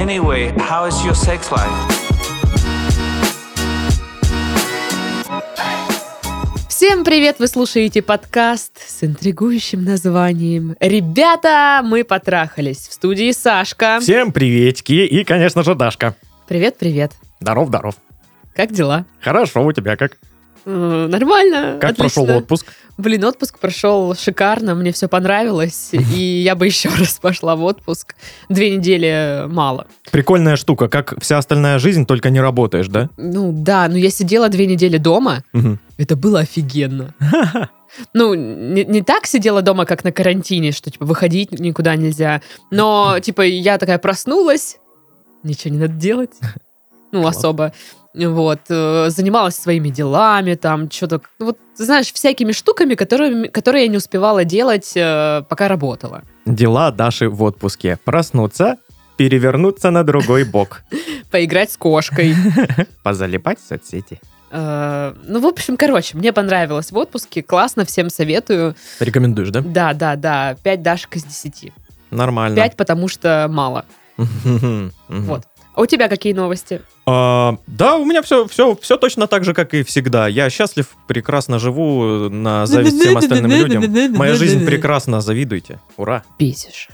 Anyway, how is your sex life? Всем привет! Вы слушаете подкаст с интригующим названием «Ребята, мы потрахались». В студии Сашка. Всем приветики и, конечно же, Дашка. Привет-привет. Здоров. Как дела? Хорошо, у тебя как? Нормально. Как отлично. прошел отпуск? Блин, отпуск прошел шикарно, мне все понравилось, и я бы еще раз пошла в отпуск. 2 недели мало. Прикольная штука, как вся остальная жизнь, только не работаешь, да? Ну да, но я сидела 2 недели дома, это было офигенно. Ну, не так сидела дома, как на карантине, что, типа, выходить никуда нельзя. Но, типа, я такая проснулась, ничего не надо делать. Ну, Класс. особо. Вот. Занималась своими делами, там, что-то... Вот, знаешь, всякими штуками, которые я не успевала делать, пока работала. Дела Даши в отпуске. Проснуться, перевернуться на другой бок. Поиграть с кошкой. Позалипать в соцсети. Ну, в общем, короче, мне понравилось в отпуске. Классно, всем советую. Рекомендуешь, да? Да. 5 Дашек из 10. Нормально. 5, потому что мало. Вот. А у тебя какие новости? Да, у меня все точно так же, как и всегда. Я счастлив, прекрасно живу, на зависть всем остальным людям. Моя жизнь прекрасна, завидуйте. Ура. Бесишь.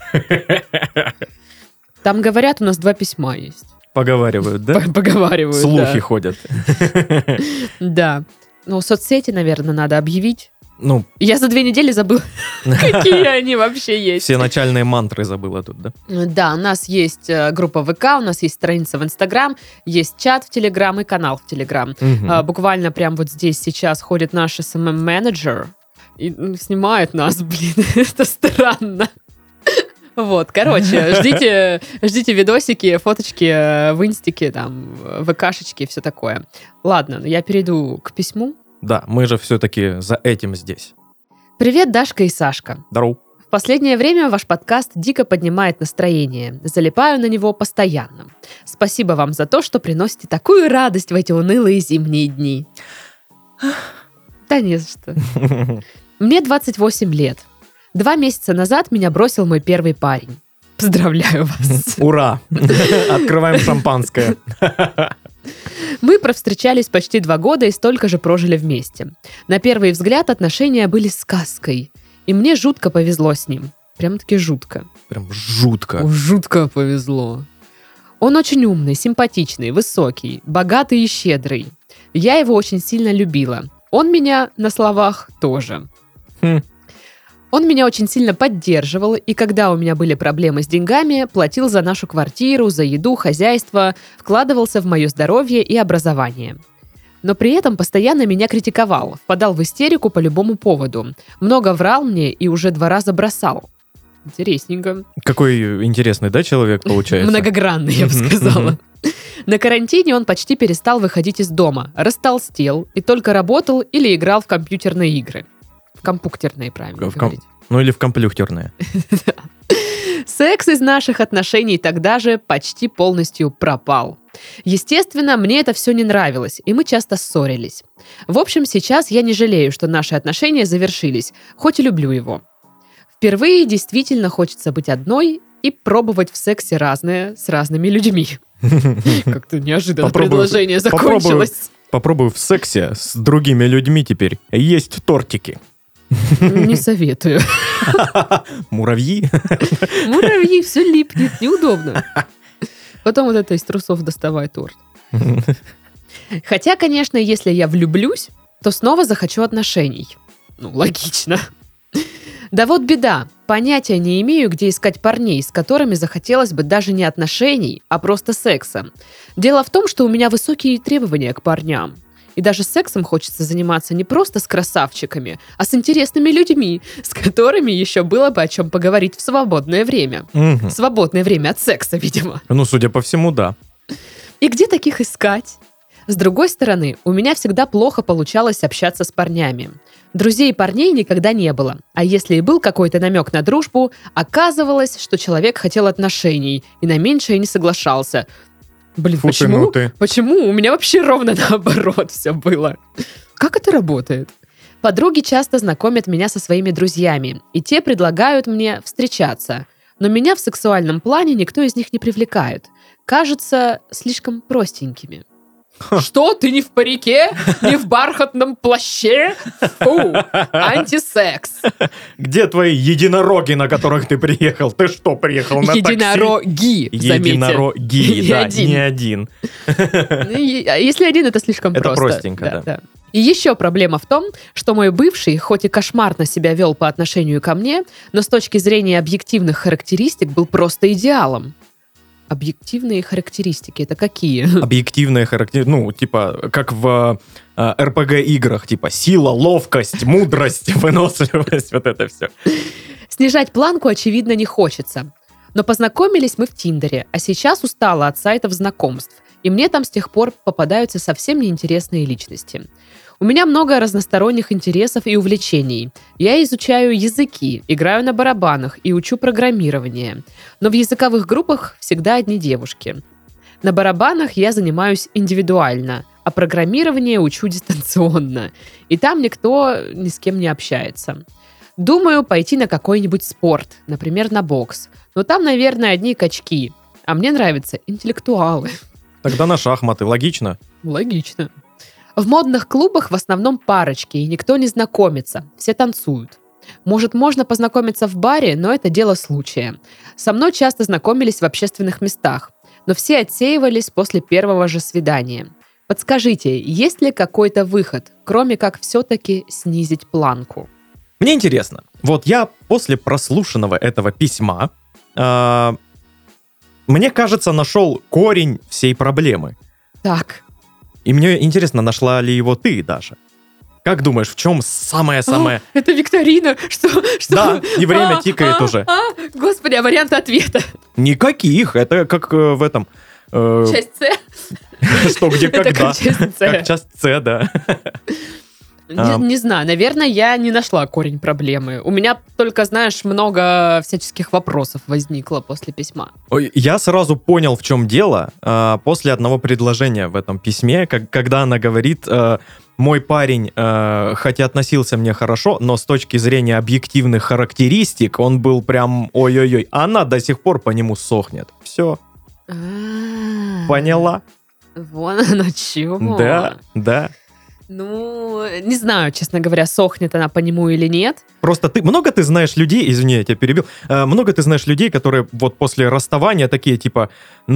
Там, говорят, у нас 2 письма есть. Поговаривают, да? Поговаривают, Слухи да. ходят. Да. Ну, соцсети, наверное, надо объявить. Ну, Я за 2 недели забыла, какие они вообще есть. все начальные мантры забыла тут, да? Да, у нас есть группа ВК, у нас есть страница в Инстаграм, есть чат в Телеграм и канал в Телеграм. Буквально прям вот здесь сейчас ходит наш SMM-менеджер и снимает нас, блин, это странно. Вот, короче, ждите видосики, фоточки в инстике, там, ВКшечки, все такое. Ладно, я перейду к письму. Да, мы же все-таки за этим здесь. Привет, Дашка и Сашка. Здорово. В последнее время ваш подкаст дико поднимает настроение. Залипаю на него постоянно. Спасибо вам за то, что приносите такую радость в эти унылые зимние дни. Да не за что. Мне 28 лет. 2 месяца назад меня бросил мой первый парень. Поздравляю вас. Ура! Открываем шампанское. Мы провстречались почти 2 года и столько же прожили вместе. На первый взгляд отношения были сказкой. И мне жутко повезло с ним. Прям-таки жутко. Прям жутко. Жутко повезло. Он очень умный, симпатичный, высокий, богатый и щедрый. Я его очень сильно любила. Он меня на словах тоже. Он меня очень сильно поддерживал, и когда у меня были проблемы с деньгами, платил за нашу квартиру, за еду, хозяйство, вкладывался в мое здоровье и образование. Но при этом постоянно меня критиковал, впадал в истерику по любому поводу. Много врал мне и уже 2 раза бросал. Интересненько. Какой интересный, да, человек получается? Многогранный, я бы сказала. На карантине он почти перестал выходить из дома, растолстел и только работал или играл в компьютерные игры. В компьютерные, правильно говорить. Ну или в комплюхтерные. Секс из наших отношений тогда же почти полностью пропал. Естественно, мне это все не нравилось, и мы часто ссорились. В общем, сейчас я не жалею, что наши отношения завершились, хоть и люблю его. Впервые действительно хочется быть одной и пробовать в сексе разное с разными людьми. Как-то неожиданно предложение закончилось. Попробую в сексе с другими людьми теперь есть тортики. Не советую. Муравьи? Муравьи, все липнет, неудобно. Потом вот это из трусов доставай торт. Хотя, конечно, если я влюблюсь, то снова захочу отношений. Ну, логично. Да вот беда. Понятия не имею, где искать парней, с которыми захотелось бы даже не отношений, а просто секса. Дело в том, что у меня высокие требования к парням. И даже сексом хочется заниматься не просто с красавчиками, а с интересными людьми, с которыми еще было бы о чем поговорить в свободное время. Свободное время от секса, видимо. Ну, судя по всему, да. И где таких искать? С другой стороны, у меня всегда плохо получалось общаться с парнями. Друзей парней никогда не было. А если и был какой-то намек на дружбу, оказывалось, что человек хотел отношений и на меньшее не соглашался. Блин, почему? Почему? У меня вообще ровно наоборот все было. Как это работает? Подруги часто знакомят меня со своими друзьями, и те предлагают мне встречаться. Но меня в сексуальном плане никто из них не привлекает. кажутся слишком простенькими. Что, ты не в парике, не в бархатном плаще? Фу, антисекс. Где твои единороги, на которых ты приехал? Ты что, приехал на такси? Единороги, заметьте. Единороги, да, не один. Если один, это слишком просто. Это простенько, да. И еще проблема в том, что мой бывший, хоть и кошмарно себя вел по отношению ко мне, но с точки зрения объективных характеристик был просто идеалом. Объективные характеристики — это какие? Объективные характеристики, типа, как в РПГ-играх, типа, сила, ловкость, мудрость, выносливость, вот это все. Снижать планку, очевидно, не хочется. Но познакомились мы в Тиндере, а сейчас устала от сайтов знакомств, и мне там с тех пор попадаются совсем неинтересные личности. У меня много разносторонних интересов и увлечений. Я изучаю языки, играю на барабанах и учу программирование. Но в языковых группах всегда одни девушки. На барабанах я занимаюсь индивидуально, а программирование учу дистанционно. И там никто ни с кем не общается. Думаю пойти на какой-нибудь спорт, например, на бокс. Но там, наверное, одни качки. А мне нравятся интеллектуалы. Тогда на шахматы, логично? Логично. В модных клубах в основном парочки, и никто не знакомится, все танцуют. Может, можно познакомиться в баре, но это дело случая. Со мной часто знакомились в общественных местах, но все отсеивались после первого же свидания. Подскажите, есть ли какой-то выход, кроме как все-таки снизить планку? Мне интересно, вот я после прослушанного этого письма, мне кажется, нашел корень всей проблемы. Так. И мне интересно, нашла ли его ты, Даша? Как думаешь, в чем самое-самое... Это викторина! Что? Да, и время тикает уже. Господи, а варианты ответа? Никаких, это как в этом... Часть С? Что, где, когда? Это как часть С. Как часть С, да. Не знаю, наверное, я не нашла корень проблемы. У меня только, знаешь, много всяческих вопросов возникло после письма. Я сразу понял, в чем дело, после одного предложения в этом письме, когда она говорит, мой парень, хотя относился мне хорошо, но с точки зрения объективных характеристик, он был прям ой-ой-ой. Она до сих пор по нему сохнет. Все. Поняла? Вон оно чего. Да. Ну, не знаю, честно говоря, сохнет она по нему или нет. Просто много ты знаешь людей, извини, я тебя перебил, много ты знаешь людей, которые вот после расставания такие, типа,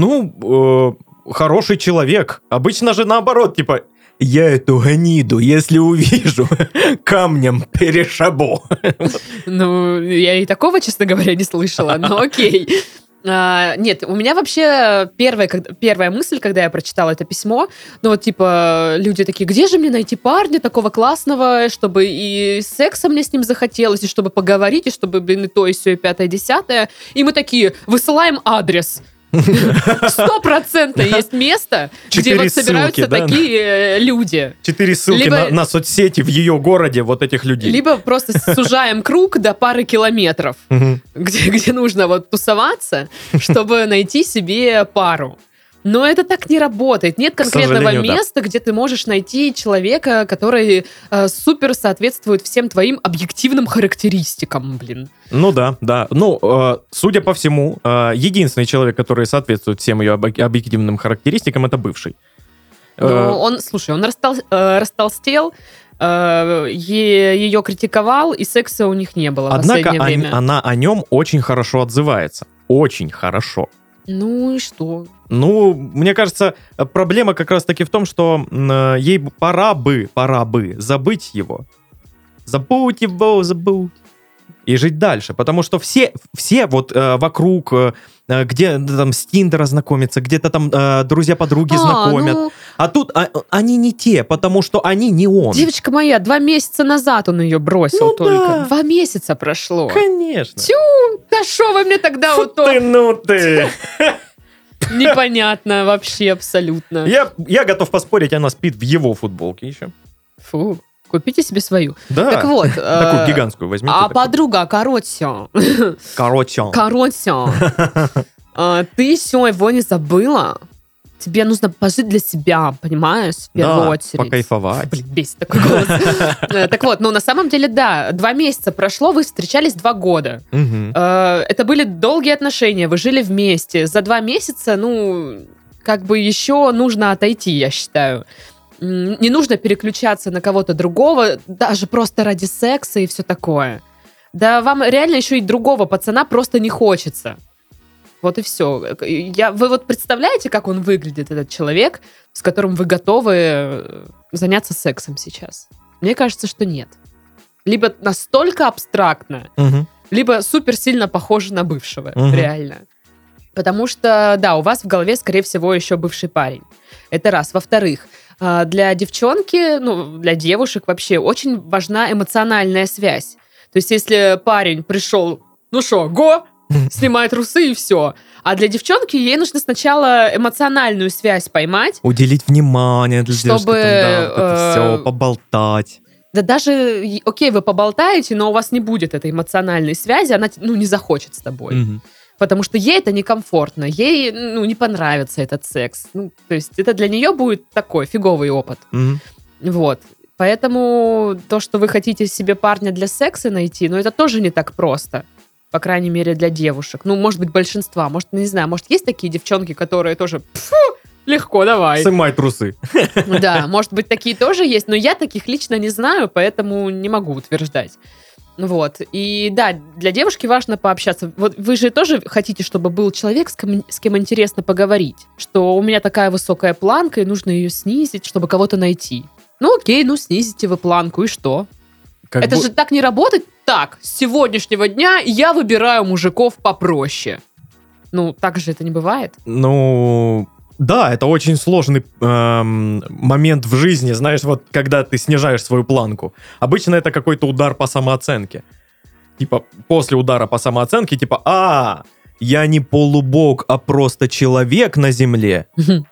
хороший человек. Обычно же наоборот, типа, я эту гниду, если увижу, камнем перешибу. Ну, я и такого, честно говоря, не слышала, но окей. Нет, у меня вообще первая мысль, когда я прочитала это письмо, люди такие, где же мне найти парня такого классного, чтобы и секса мне с ним захотелось, и чтобы поговорить, и чтобы, и то, и все, и 5-10. И мы такие, высылаем адрес. 100% есть место, где вот собираются такие люди. 4 ссылки на соцсети в ее городе вот этих людей. Либо просто сужаем круг до пары километров, где нужно вот тусоваться, чтобы найти себе пару. Но это так не работает. Нет конкретного места, где ты можешь найти человека, который супер соответствует всем твоим объективным характеристикам, блин. Ну да. Ну, судя по всему, единственный человек, который соответствует всем ее объективным характеристикам, это бывший. Он растолстел, ее критиковал, и секса у них не было в последнее время. Однако она о нем очень хорошо отзывается. Очень хорошо. Ну и что? Ну, мне кажется, проблема как раз-таки в том, что ей пора бы забыть его. Забудь его. И жить дальше. Потому что все вот вокруг, где там с Тиндера знакомятся, где-то там друзья-подруги знакомят. А тут они не те, потому что они не он. Девочка моя, 2 месяца назад он ее бросил только. Да. 2 месяца прошло. Конечно. Да шо вы мне тогда вот то... ты. Непонятно вообще абсолютно. Я готов поспорить, она спит в его футболке еще. Фу. Купите себе свою. Да. Так вот. Такую гигантскую возьмите. А подруга, короче. Ты все его не забыла? тебе нужно пожить для себя, понимаешь, в первую очередь. Покайфовать. Блин, бесит такой голос. Так вот, на самом деле, да, 2 месяца прошло, вы встречались 2 года. Это были долгие отношения, вы жили вместе. За 2 месяца, еще нужно отойти, я считаю. Не нужно переключаться на кого-то другого, даже просто ради секса и все такое. Да вам реально еще и другого пацана просто не хочется. Вот и все. Вы вот представляете, как он выглядит, этот человек, с которым вы готовы заняться сексом сейчас? Мне кажется, что нет. Либо настолько абстрактно, либо супер сильно похоже на бывшего, реально. Потому что, да, у вас в голове, скорее всего, еще бывший парень. Это раз. Во-вторых, для девчонки, для девушек вообще очень важна эмоциональная связь. То есть, если парень пришел, снимает трусы и все. А для девчонки ей нужно сначала эмоциональную связь поймать. Уделить внимание для чтобы это все, поболтать. Да даже, окей, вы поболтаете, но у вас не будет этой эмоциональной связи, она не захочет с тобой. Потому что ей это некомфортно, ей не понравится этот секс. То есть это для нее будет такой фиговый опыт. Вот. Поэтому то, что вы хотите себе парня для секса найти, это тоже не так просто. По крайней мере, для девушек. Может быть, большинства. Может, не знаю, может, есть такие девчонки, которые тоже... Легко, давай. Сымай трусы. Да, может быть, такие тоже есть, но я таких лично не знаю, поэтому не могу утверждать. Вот. И да, для девушки важно пообщаться. Вот вы же тоже хотите, чтобы был человек, с кем интересно поговорить. Что у меня такая высокая планка, и нужно ее снизить, чтобы кого-то найти. Окей, снизите вы планку, и что? Это же так не работает. Так, с сегодняшнего дня я выбираю мужиков попроще. Так же это не бывает. Да, это очень сложный момент в жизни, знаешь, вот когда ты снижаешь свою планку. Обычно это какой-то удар по самооценке. После удара по самооценке, я не полубог, а просто человек на земле.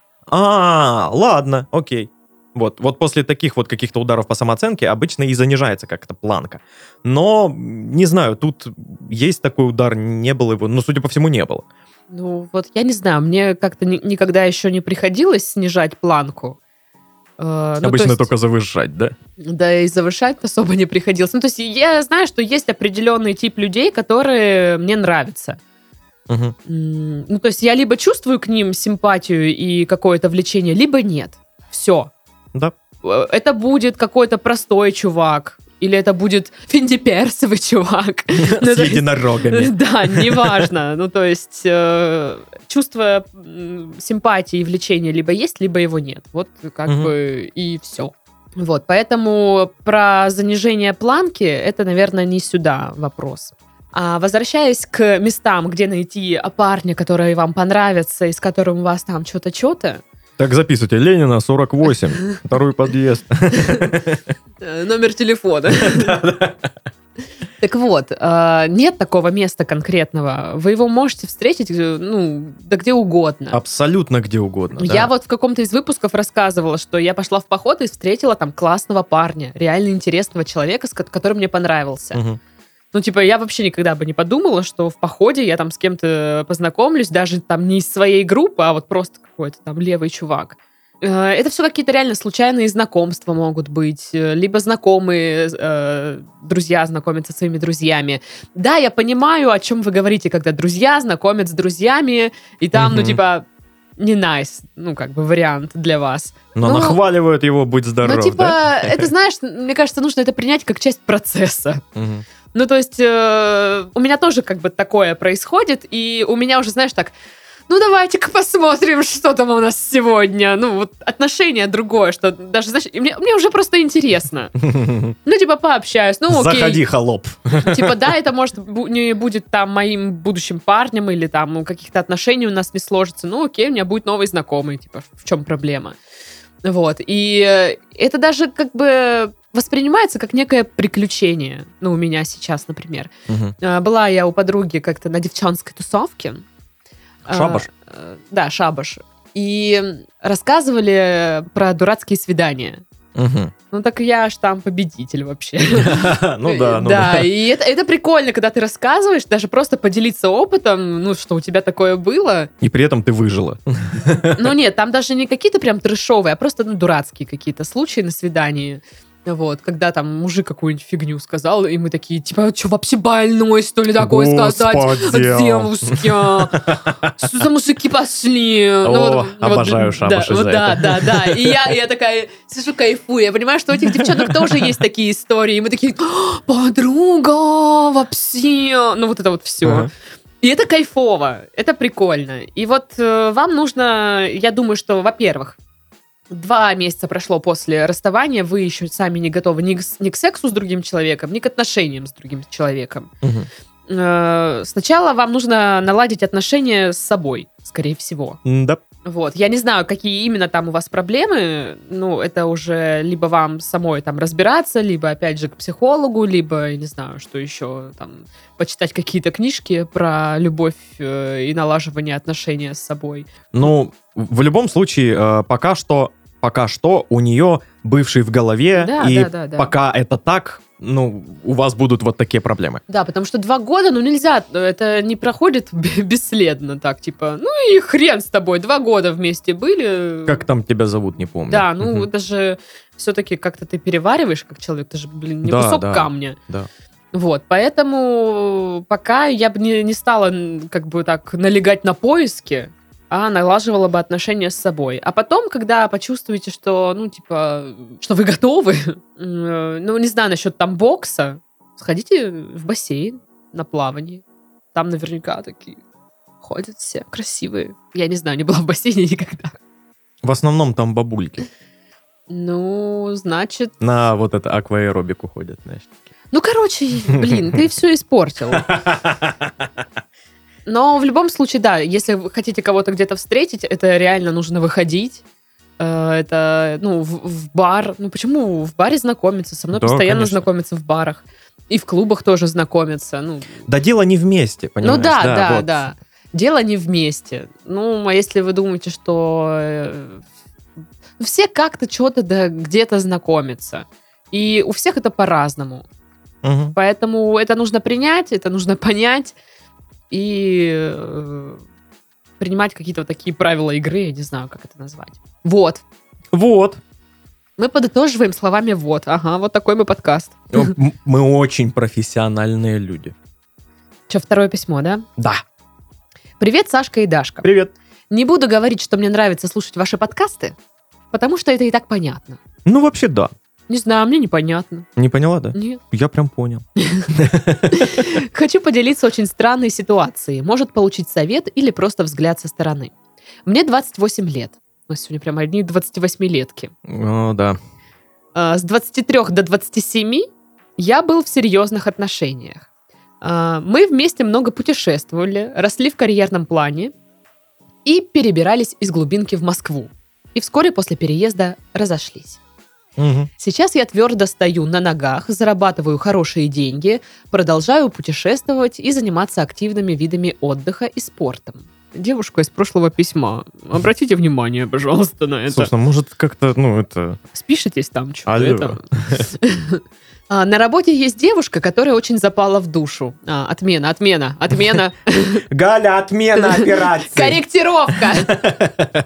Ладно, окей. Вот после таких вот каких-то ударов по самооценке обычно и занижается как-то планка. Но, не знаю, тут есть такой удар, не было его, судя по всему, не было. Я не знаю, мне как-то никогда еще не приходилось снижать планку. Обычно только завышать, да? Да, и завышать особо не приходилось. То есть я знаю, что есть определенный тип людей, которые мне нравятся. То есть я либо чувствую к ним симпатию и какое-то влечение, либо нет. Все. Да. Это будет какой-то простой чувак, или это будет финдиперсовый чувак. С единорогами. Да, неважно. То есть чувство симпатии и влечения либо есть, либо его нет. Вот и все. Вот, поэтому про занижение планки это, наверное, не сюда вопрос. А возвращаясь к местам, где найти парня, который вам понравится, и с которым у вас там что-то. Так, записывайте. Ленина, 48. Второй подъезд. Номер телефона. Так вот, нет такого места конкретного. Вы его можете встретить, да где угодно. Абсолютно где угодно. Я вот в каком-то из выпусков рассказывала, что я пошла в поход и встретила там классного парня, реально интересного человека, который мне понравился. Я вообще никогда бы не подумала, что в походе я там с кем-то познакомлюсь, даже там не из своей группы, а вот просто какой-то там левый чувак. Это все какие-то реально случайные знакомства могут быть, либо знакомые друзья знакомятся со своими друзьями. Да, я понимаю, о чем вы говорите, когда друзья знакомят с друзьями, и там, не nice, вариант для вас. Но нахваливают его, будь здоров, да? Это, знаешь, мне кажется, нужно это принять как часть процесса. То есть у меня тоже такое происходит, и у меня уже, знаешь, так, давайте-ка посмотрим, что там у нас сегодня. Отношение другое, что даже, знаешь, мне уже просто интересно. Пообщаюсь, окей. Заходи, холоп. Да, это может не будет там моим будущим парнем, или там каких-то отношений у нас не сложится. Окей, у меня будет новый знакомый, в чем проблема. Вот, и это даже воспринимается как некое приключение. У меня сейчас, например. Была я у подруги как-то на девчонской тусовке. Шабаш? Да, шабаш. И рассказывали про дурацкие свидания. Мгм. Ну так я ж там победитель вообще. Ну да, ну Да, да. и это прикольно, когда ты рассказываешь, даже просто поделиться опытом, ну, что у тебя такое было. И при этом ты выжила. Ну нет, там даже не какие-то прям трэшовые, а просто дурацкие какие-то случаи на свидании. Вот, когда там мужик какую-нибудь фигню сказал, и мы такие, типа, что, вообще больной, что ли, такое сказать? Господи. Девушки, что за мужики пошли? О, обожаю шабаш из-за Да, этого. да. И я такая сижу, кайфую. Я понимаю, что у этих девчонок тоже есть такие истории. И мы такие, подруга, вообще. Ну, вот это вот все. Ага. И это кайфово, это прикольно. И вот вам нужно, я думаю, что, во-первых, 2 месяца прошло после расставания, вы еще сами не готовы ни к сексу с другим человеком, ни к отношениям с другим человеком. Мгм. Сначала вам нужно наладить отношения с собой, скорее всего. Да. Вот. Я не знаю, какие именно там у вас проблемы. Ну, это уже либо вам самой там разбираться, либо, опять же, к психологу, либо, я не знаю, что еще, там, почитать какие-то книжки про любовь и налаживание отношений с собой. Ну, в любом случае, пока что у нее бывший в голове, Да, и да. пока это так, ну, у вас будут вот такие проблемы. Да, потому что 2 года, ну, нельзя, это не проходит бесследно так, типа, ну и хрен с тобой, 2 года вместе были. Как там тебя зовут, не помню. Да, ну, Мгм. это же все-таки как-то ты перевариваешь как человек, ты же, блин, не Да, кусок да. камня. Да. Вот, поэтому пока я бы не стала как бы так налегать на поиски, а налаживала бы отношения с собой. А потом, когда почувствуете, что, ну, типа, что вы готовы, ну, не знаю, насчет там бокса, сходите в бассейн на плавание. Там наверняка такие ходят все красивые. Я не знаю, не была в бассейне никогда. В основном там бабульки Ну, значит... на вот это акваэробику ходят, знаешь. Ну, короче, блин, ты все испортил. Но в любом случае, да, если вы хотите кого-то где-то встретить, это реально нужно выходить. Это, ну, в бар. Ну, почему в баре знакомиться? Со мной Да, постоянно конечно. знакомятся в барах. И в клубах тоже знакомятся. Ну, Да дело не вместе, понимаешь? ну да, вот. да. Дело не вместе. Ну, а если вы думаете, что все как-то что-то да, где-то знакомятся. И у всех это по-разному. Мгм. Поэтому это нужно принять, это нужно понять и принимать какие-то вот такие правила игры, я не знаю, как это назвать. Вот. Вот. Мы подытоживаем словами «вот». Ага, вот такой мы подкаст. Мы очень профессиональные люди. Что, 2 письмо, да? Да. Привет, Сашка и Дашка. Привет. Не буду говорить, что мне нравится слушать ваши подкасты, потому что это и так понятно. Ну, вообще, да. Не знаю, мне непонятно. Не поняла, да? Нет. Я прям понял. Хочу поделиться очень странной ситуацией. Может получить совет или просто взгляд со стороны. Мне 28 лет. У нас сегодня прям одни 28-летки. О, да. С 23 до 27 я был в серьезных отношениях. Мы вместе много путешествовали, росли в карьерном плане и перебирались из глубинки в Москву. И вскоре после переезда разошлись. Мгм. Сейчас я твердо стою на ногах, зарабатываю хорошие деньги, продолжаю путешествовать и заниматься активными видами отдыха и спортом. Девушка из прошлого письма. Обратите внимание, пожалуйста, на это. Собственно, может, как-то, ну, это... Спишитесь там что-то. Алло. Это. На работе есть девушка, которая очень запала в душу. Отмена. Галя, отмена операции. Корректировка.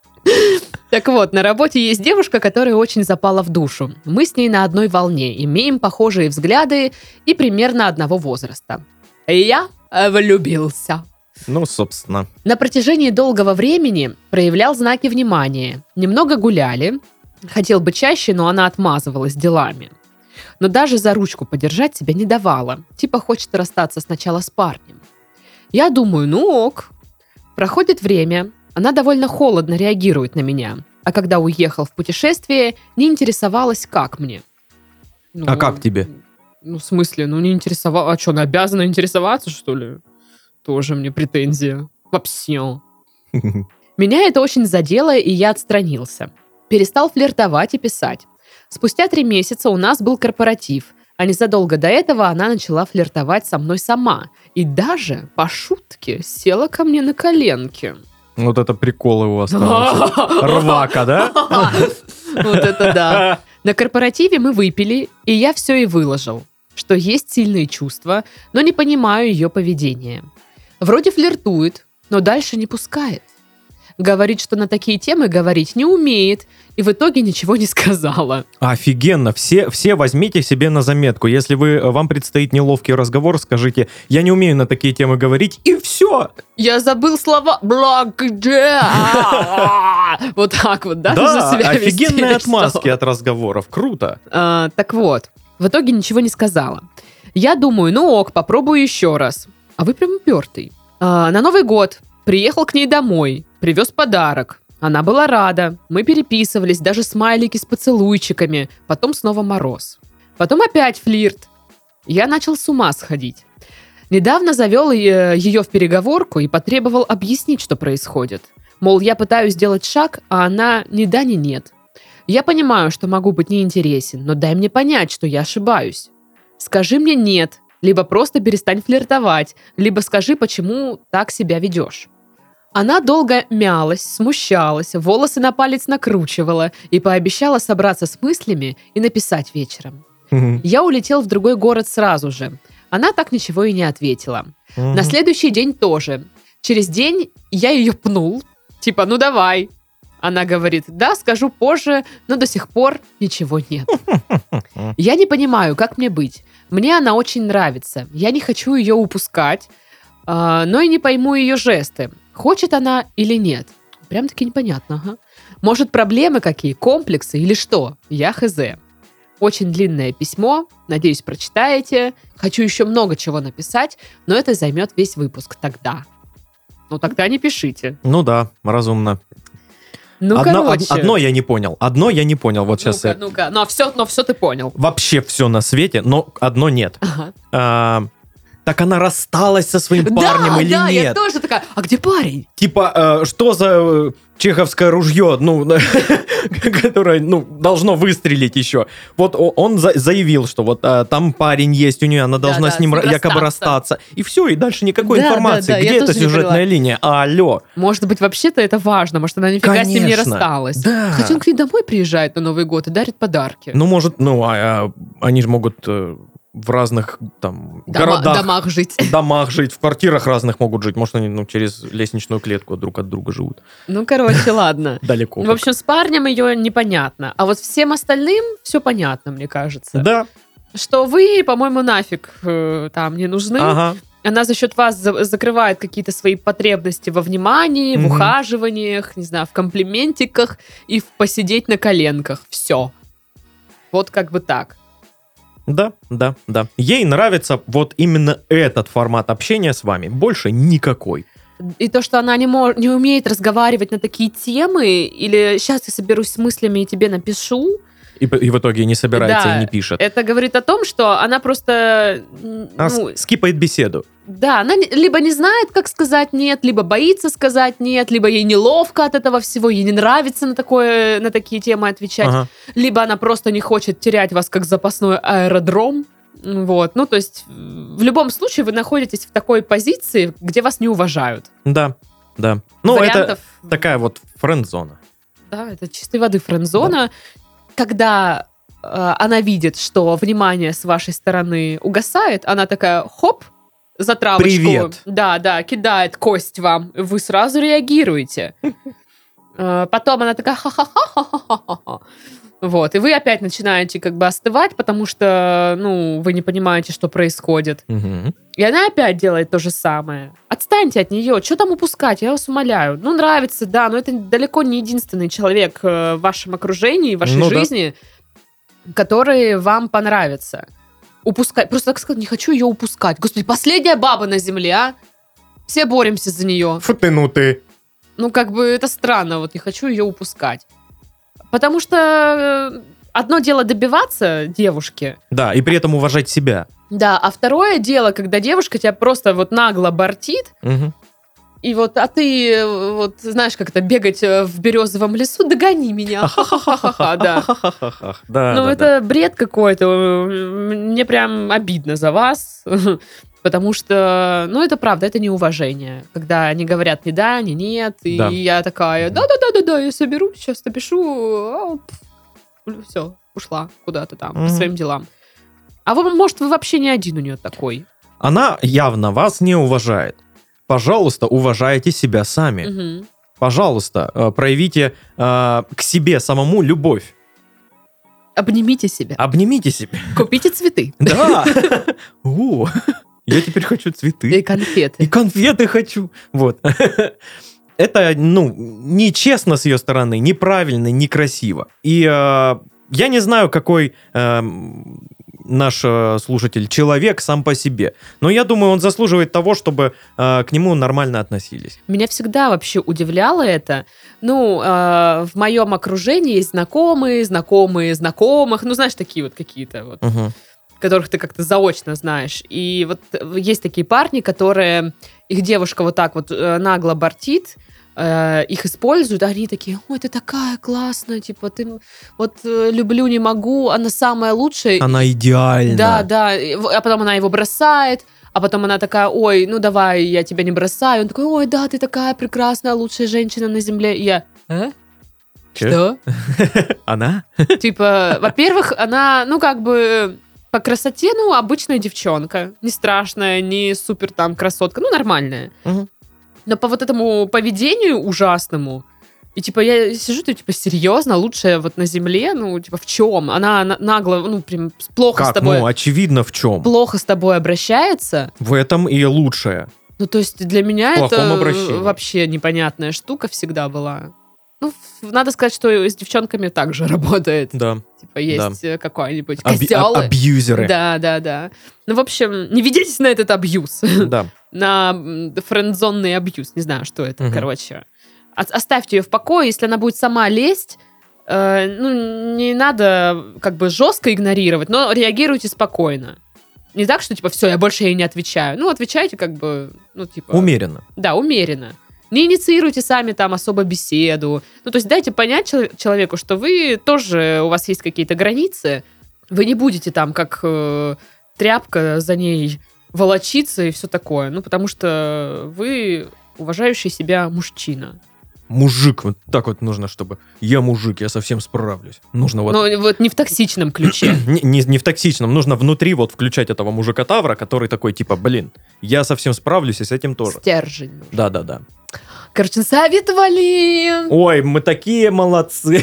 Так вот, на работе есть девушка, которая очень запала в душу. Мы с ней на одной волне, имеем похожие взгляды и примерно одного возраста. И я влюбился. Ну, собственно. На протяжении долгого времени проявлял знаки внимания. Немного гуляли. Хотел бы чаще, но она отмазывалась делами. Но даже за ручку подержать себя не давала. Типа хочет расстаться сначала с парнем. Я думаю, ну ок. Проходит время. Она довольно холодно реагирует на меня. А когда уехал в путешествие, не интересовалась, как мне. Ну, А как тебе? Ну, в смысле, ну не интересовалась. А что, она обязана интересоваться, что ли? Тоже мне претензия. Вообще. Меня это очень задело, и я отстранился. Перестал флиртовать и писать. Спустя 3 месяца у нас был корпоратив, а незадолго до этого она начала флиртовать со мной сама. И даже, по шутке, села ко мне на коленки. Вот это приколы у вас там. Рвака, да? Вот это да. На корпоративе мы выпили, и я все и выложил, что есть сильные чувства, но не понимаю ее поведение. Вроде флиртует, но дальше не пускает. Говорит, что на такие темы говорить не умеет, и в итоге ничего не сказала. Офигенно. Все возьмите себе на заметку. Если вам предстоит неловкий разговор, скажите, я не умею на такие темы говорить, и все. Я забыл слова. Вот так вот, да? Нужно Да, себя вести, офигенные или что? отмазки от разговоров. Круто. Так вот, в итоге ничего не сказала. Я думаю, ну ок, попробую еще раз. А вы прям упертый. На Новый год приехал к ней домой, привез подарок. Она была рада. Мы переписывались, даже смайлики с поцелуйчиками. Потом снова мороз. Потом опять флирт. Я начал с ума сходить. Недавно завел ее в переговорку и потребовал объяснить, что происходит. Мол, я пытаюсь сделать шаг, а она ни да, ни нет. Я понимаю, что могу быть неинтересен, но дай мне понять, что я ошибаюсь. Скажи мне «нет», либо просто перестань флиртовать, либо скажи, почему так себя ведешь. Она долго мялась, смущалась, волосы на палец накручивала и пообещала собраться с мыслями и написать вечером. Я улетел в другой город сразу же. Она так ничего и не ответила. На следующий день тоже. Через день я ее пнул. Типа, ну давай. Она говорит, да, скажу позже, но до сих пор ничего нет. Я не понимаю, как мне быть. Мне она очень нравится. Я не хочу ее упускать, но и не пойму ее жесты. Хочет она или нет? Прям-таки непонятно. Ага. Может, проблемы какие, комплексы или что? Я хз. Очень длинное письмо. Надеюсь, прочитаете. Хочу еще много чего написать, но это займет весь выпуск тогда. Ну, тогда не пишите. Ну да, разумно. Ну, короче. Одно я не понял. Вот сейчас. Ну-ка. Но все ты понял. Вообще все на свете, но одно нет. Ага. Так она рассталась со своим парнем или да, нет? я тоже такая, а где парень? Типа, что за чеховское ружье, которое, должно выстрелить еще. Вот он заявил, что вот там парень есть у нее, она должна с ним якобы расстаться. И все, и дальше никакой информации. Да, где эта сюжетная линия? Алло. Может быть, вообще-то это важно. Может, она нифига с ним не рассталась. Да. Хотя он к ней домой приезжает на Новый год и дарит подарки. Ну, может, они же могут в разных там городах. Домах жить, в квартирах разных могут жить. Может, они через лестничную клетку друг от друга живут. Ну, короче, ладно. Далеко. В общем, с парнем ее непонятно. А вот всем остальным все понятно, мне кажется. Да. Что вы, по-моему, нафиг там не нужны. Ага. Она за счет вас закрывает какие-то свои потребности во внимании, в ухаживаниях, не знаю, в комплиментиках и в посидеть на коленках. Все. Вот как бы так. Да. Ей нравится вот именно этот формат общения с вами. Больше никакой. И то, что она не умеет разговаривать на такие темы, или сейчас я соберусь с мыслями и тебе напишу. И в итоге не собирается и не пишет. Это говорит о том, что она просто... скипает беседу. Да, она либо не знает, как сказать нет, либо боится сказать нет, либо ей неловко от этого всего, ей не нравится на такие темы отвечать, либо она просто не хочет терять вас как запасной аэродром. Вот. Ну, то есть, в любом случае вы находитесь в такой позиции, где вас не уважают. Да. Ну, вариантов... это такая вот френд-зона. Да, это чистой воды френд-зона. Да. Когда она видит, что внимание с вашей стороны угасает, она такая, хоп, за травочку. Привет. Да, кидает кость вам. Вы сразу реагируете. Потом она такая, ха-ха-ха-ха-ха-ха. Вот, и вы опять начинаете как бы остывать, потому что, вы не понимаете, что происходит. И она опять делает то же самое. Отстаньте от нее, что там упускать, я вас умоляю. Нравится, да, но это далеко не единственный человек в вашем окружении, в вашей жизни, который вам понравится. Упускать, просто так сказать, не хочу ее упускать. Господи, последняя баба на земле, а? Все боремся за нее. Фу ты. Как бы это странно, вот не хочу ее упускать. Потому что одно дело добиваться девушки. Да, и при этом уважать себя. Да, а второе дело, когда девушка тебя просто вот нагло бортит, и вот, а ты, вот, знаешь, как это, бегать в березовом лесу, догони меня. Ха-ха-ха-ха, да. Ну, это бред какой-то. Мне прям обидно за вас. Потому что, это правда, это неуважение. Когда они говорят ни да, ни нет, и я такая, да, я соберу, сейчас напишу. все, ушла куда-то там по своим делам. А вы, может, вы вообще не один у нее такой. Она явно вас не уважает. Пожалуйста, уважайте себя сами. Мгм. Пожалуйста, проявите к себе самому любовь. Обнимите себя. Обнимите себя. Купите цветы. Да. О, я теперь хочу И цветы. конфеты. И конфеты хочу. Вот. Это, нечестно с ее стороны, неправильно, некрасиво. И я не знаю, какой наш слушатель человек сам по себе. Но я думаю, он заслуживает того, чтобы к нему нормально относились. Меня всегда вообще удивляло это. В моем окружении есть знакомые знакомых. Знаешь, такие вот какие-то вот, Мгм. которых ты как-то заочно знаешь. И вот есть такие парни, которые... Их девушка вот так вот нагло бортит, их используют, а они такие: ой, ты такая классная, типа, ты вот люблю, не могу, она самая лучшая. Она идеальна. Да, а потом она его бросает, а потом она такая: ой, ну давай, я тебя не бросаю. Он такой: ой, да, ты такая прекрасная, лучшая женщина на земле. И я: Чё? что? Она? Типа, во-первых, она, по красоте, обычная девчонка. Не страшная, не супер там красотка, нормальная. Мгм. Но по вот этому поведению ужасному, и типа я сижу, серьезно, лучшая вот на земле, в чем? Она нагло, прям плохо с Как? тобой... Очевидно, в чем. плохо с тобой обращается. В этом и лучшее. То есть для меня В плохом это обращении. вообще непонятная штука всегда была. Надо сказать, что с девчонками также работает. Да. Типа есть какой-нибудь Аби- козел. Абьюзеры. Да. В общем, не ведитесь на этот абьюз. Да. На френдзонный абьюз. Не знаю, что это, Мгм. короче. Оставьте ее в покое. Если она будет сама лезть, не надо жестко игнорировать, но реагируйте спокойно. Не так, что все, я больше ей не отвечаю. Отвечайте Умеренно. Да, умеренно. Не инициируйте сами там особо беседу. То есть дайте понять человеку, что вы тоже, у вас есть какие-то границы. Вы не будете там как тряпка за ней волочиться и все такое. Потому что вы уважающий себя мужчина. Мужик, вот так вот нужно, чтобы... Я мужик, я совсем справлюсь. Нужно вот... Но вот не в токсичном ключе. Не в токсичном, нужно внутри вот включать этого мужика-тавра, который такой, типа, блин, я совсем справлюсь и с этим тоже. Стержень. нужен. Да. Короче, советовали. Ой, мы такие молодцы.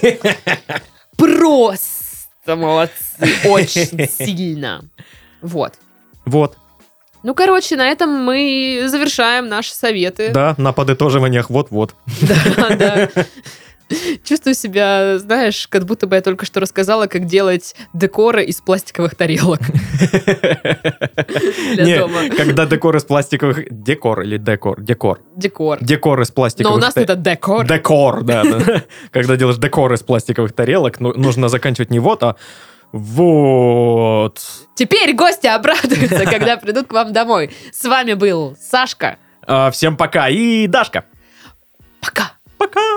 Просто молодцы. Очень сильно. Вот. Вот, На этом мы завершаем наши советы. да, на подытоживаниях вот-вот. Да. Чувствую себя, знаешь, как будто бы я только что рассказала, как делать декоры из пластиковых тарелок для Не, дома. когда декор из пластиковых... Декор или декор? Декор. Декор. Декор из пластиковых... Но у нас это декор. Декор, да. Когда делаешь декор из пластиковых тарелок, нужно заканчивать не вот, а вот. Теперь гости обрадуются, когда придут к вам домой. С вами был Сашка. Всем пока и Дашка. Пока. Пока.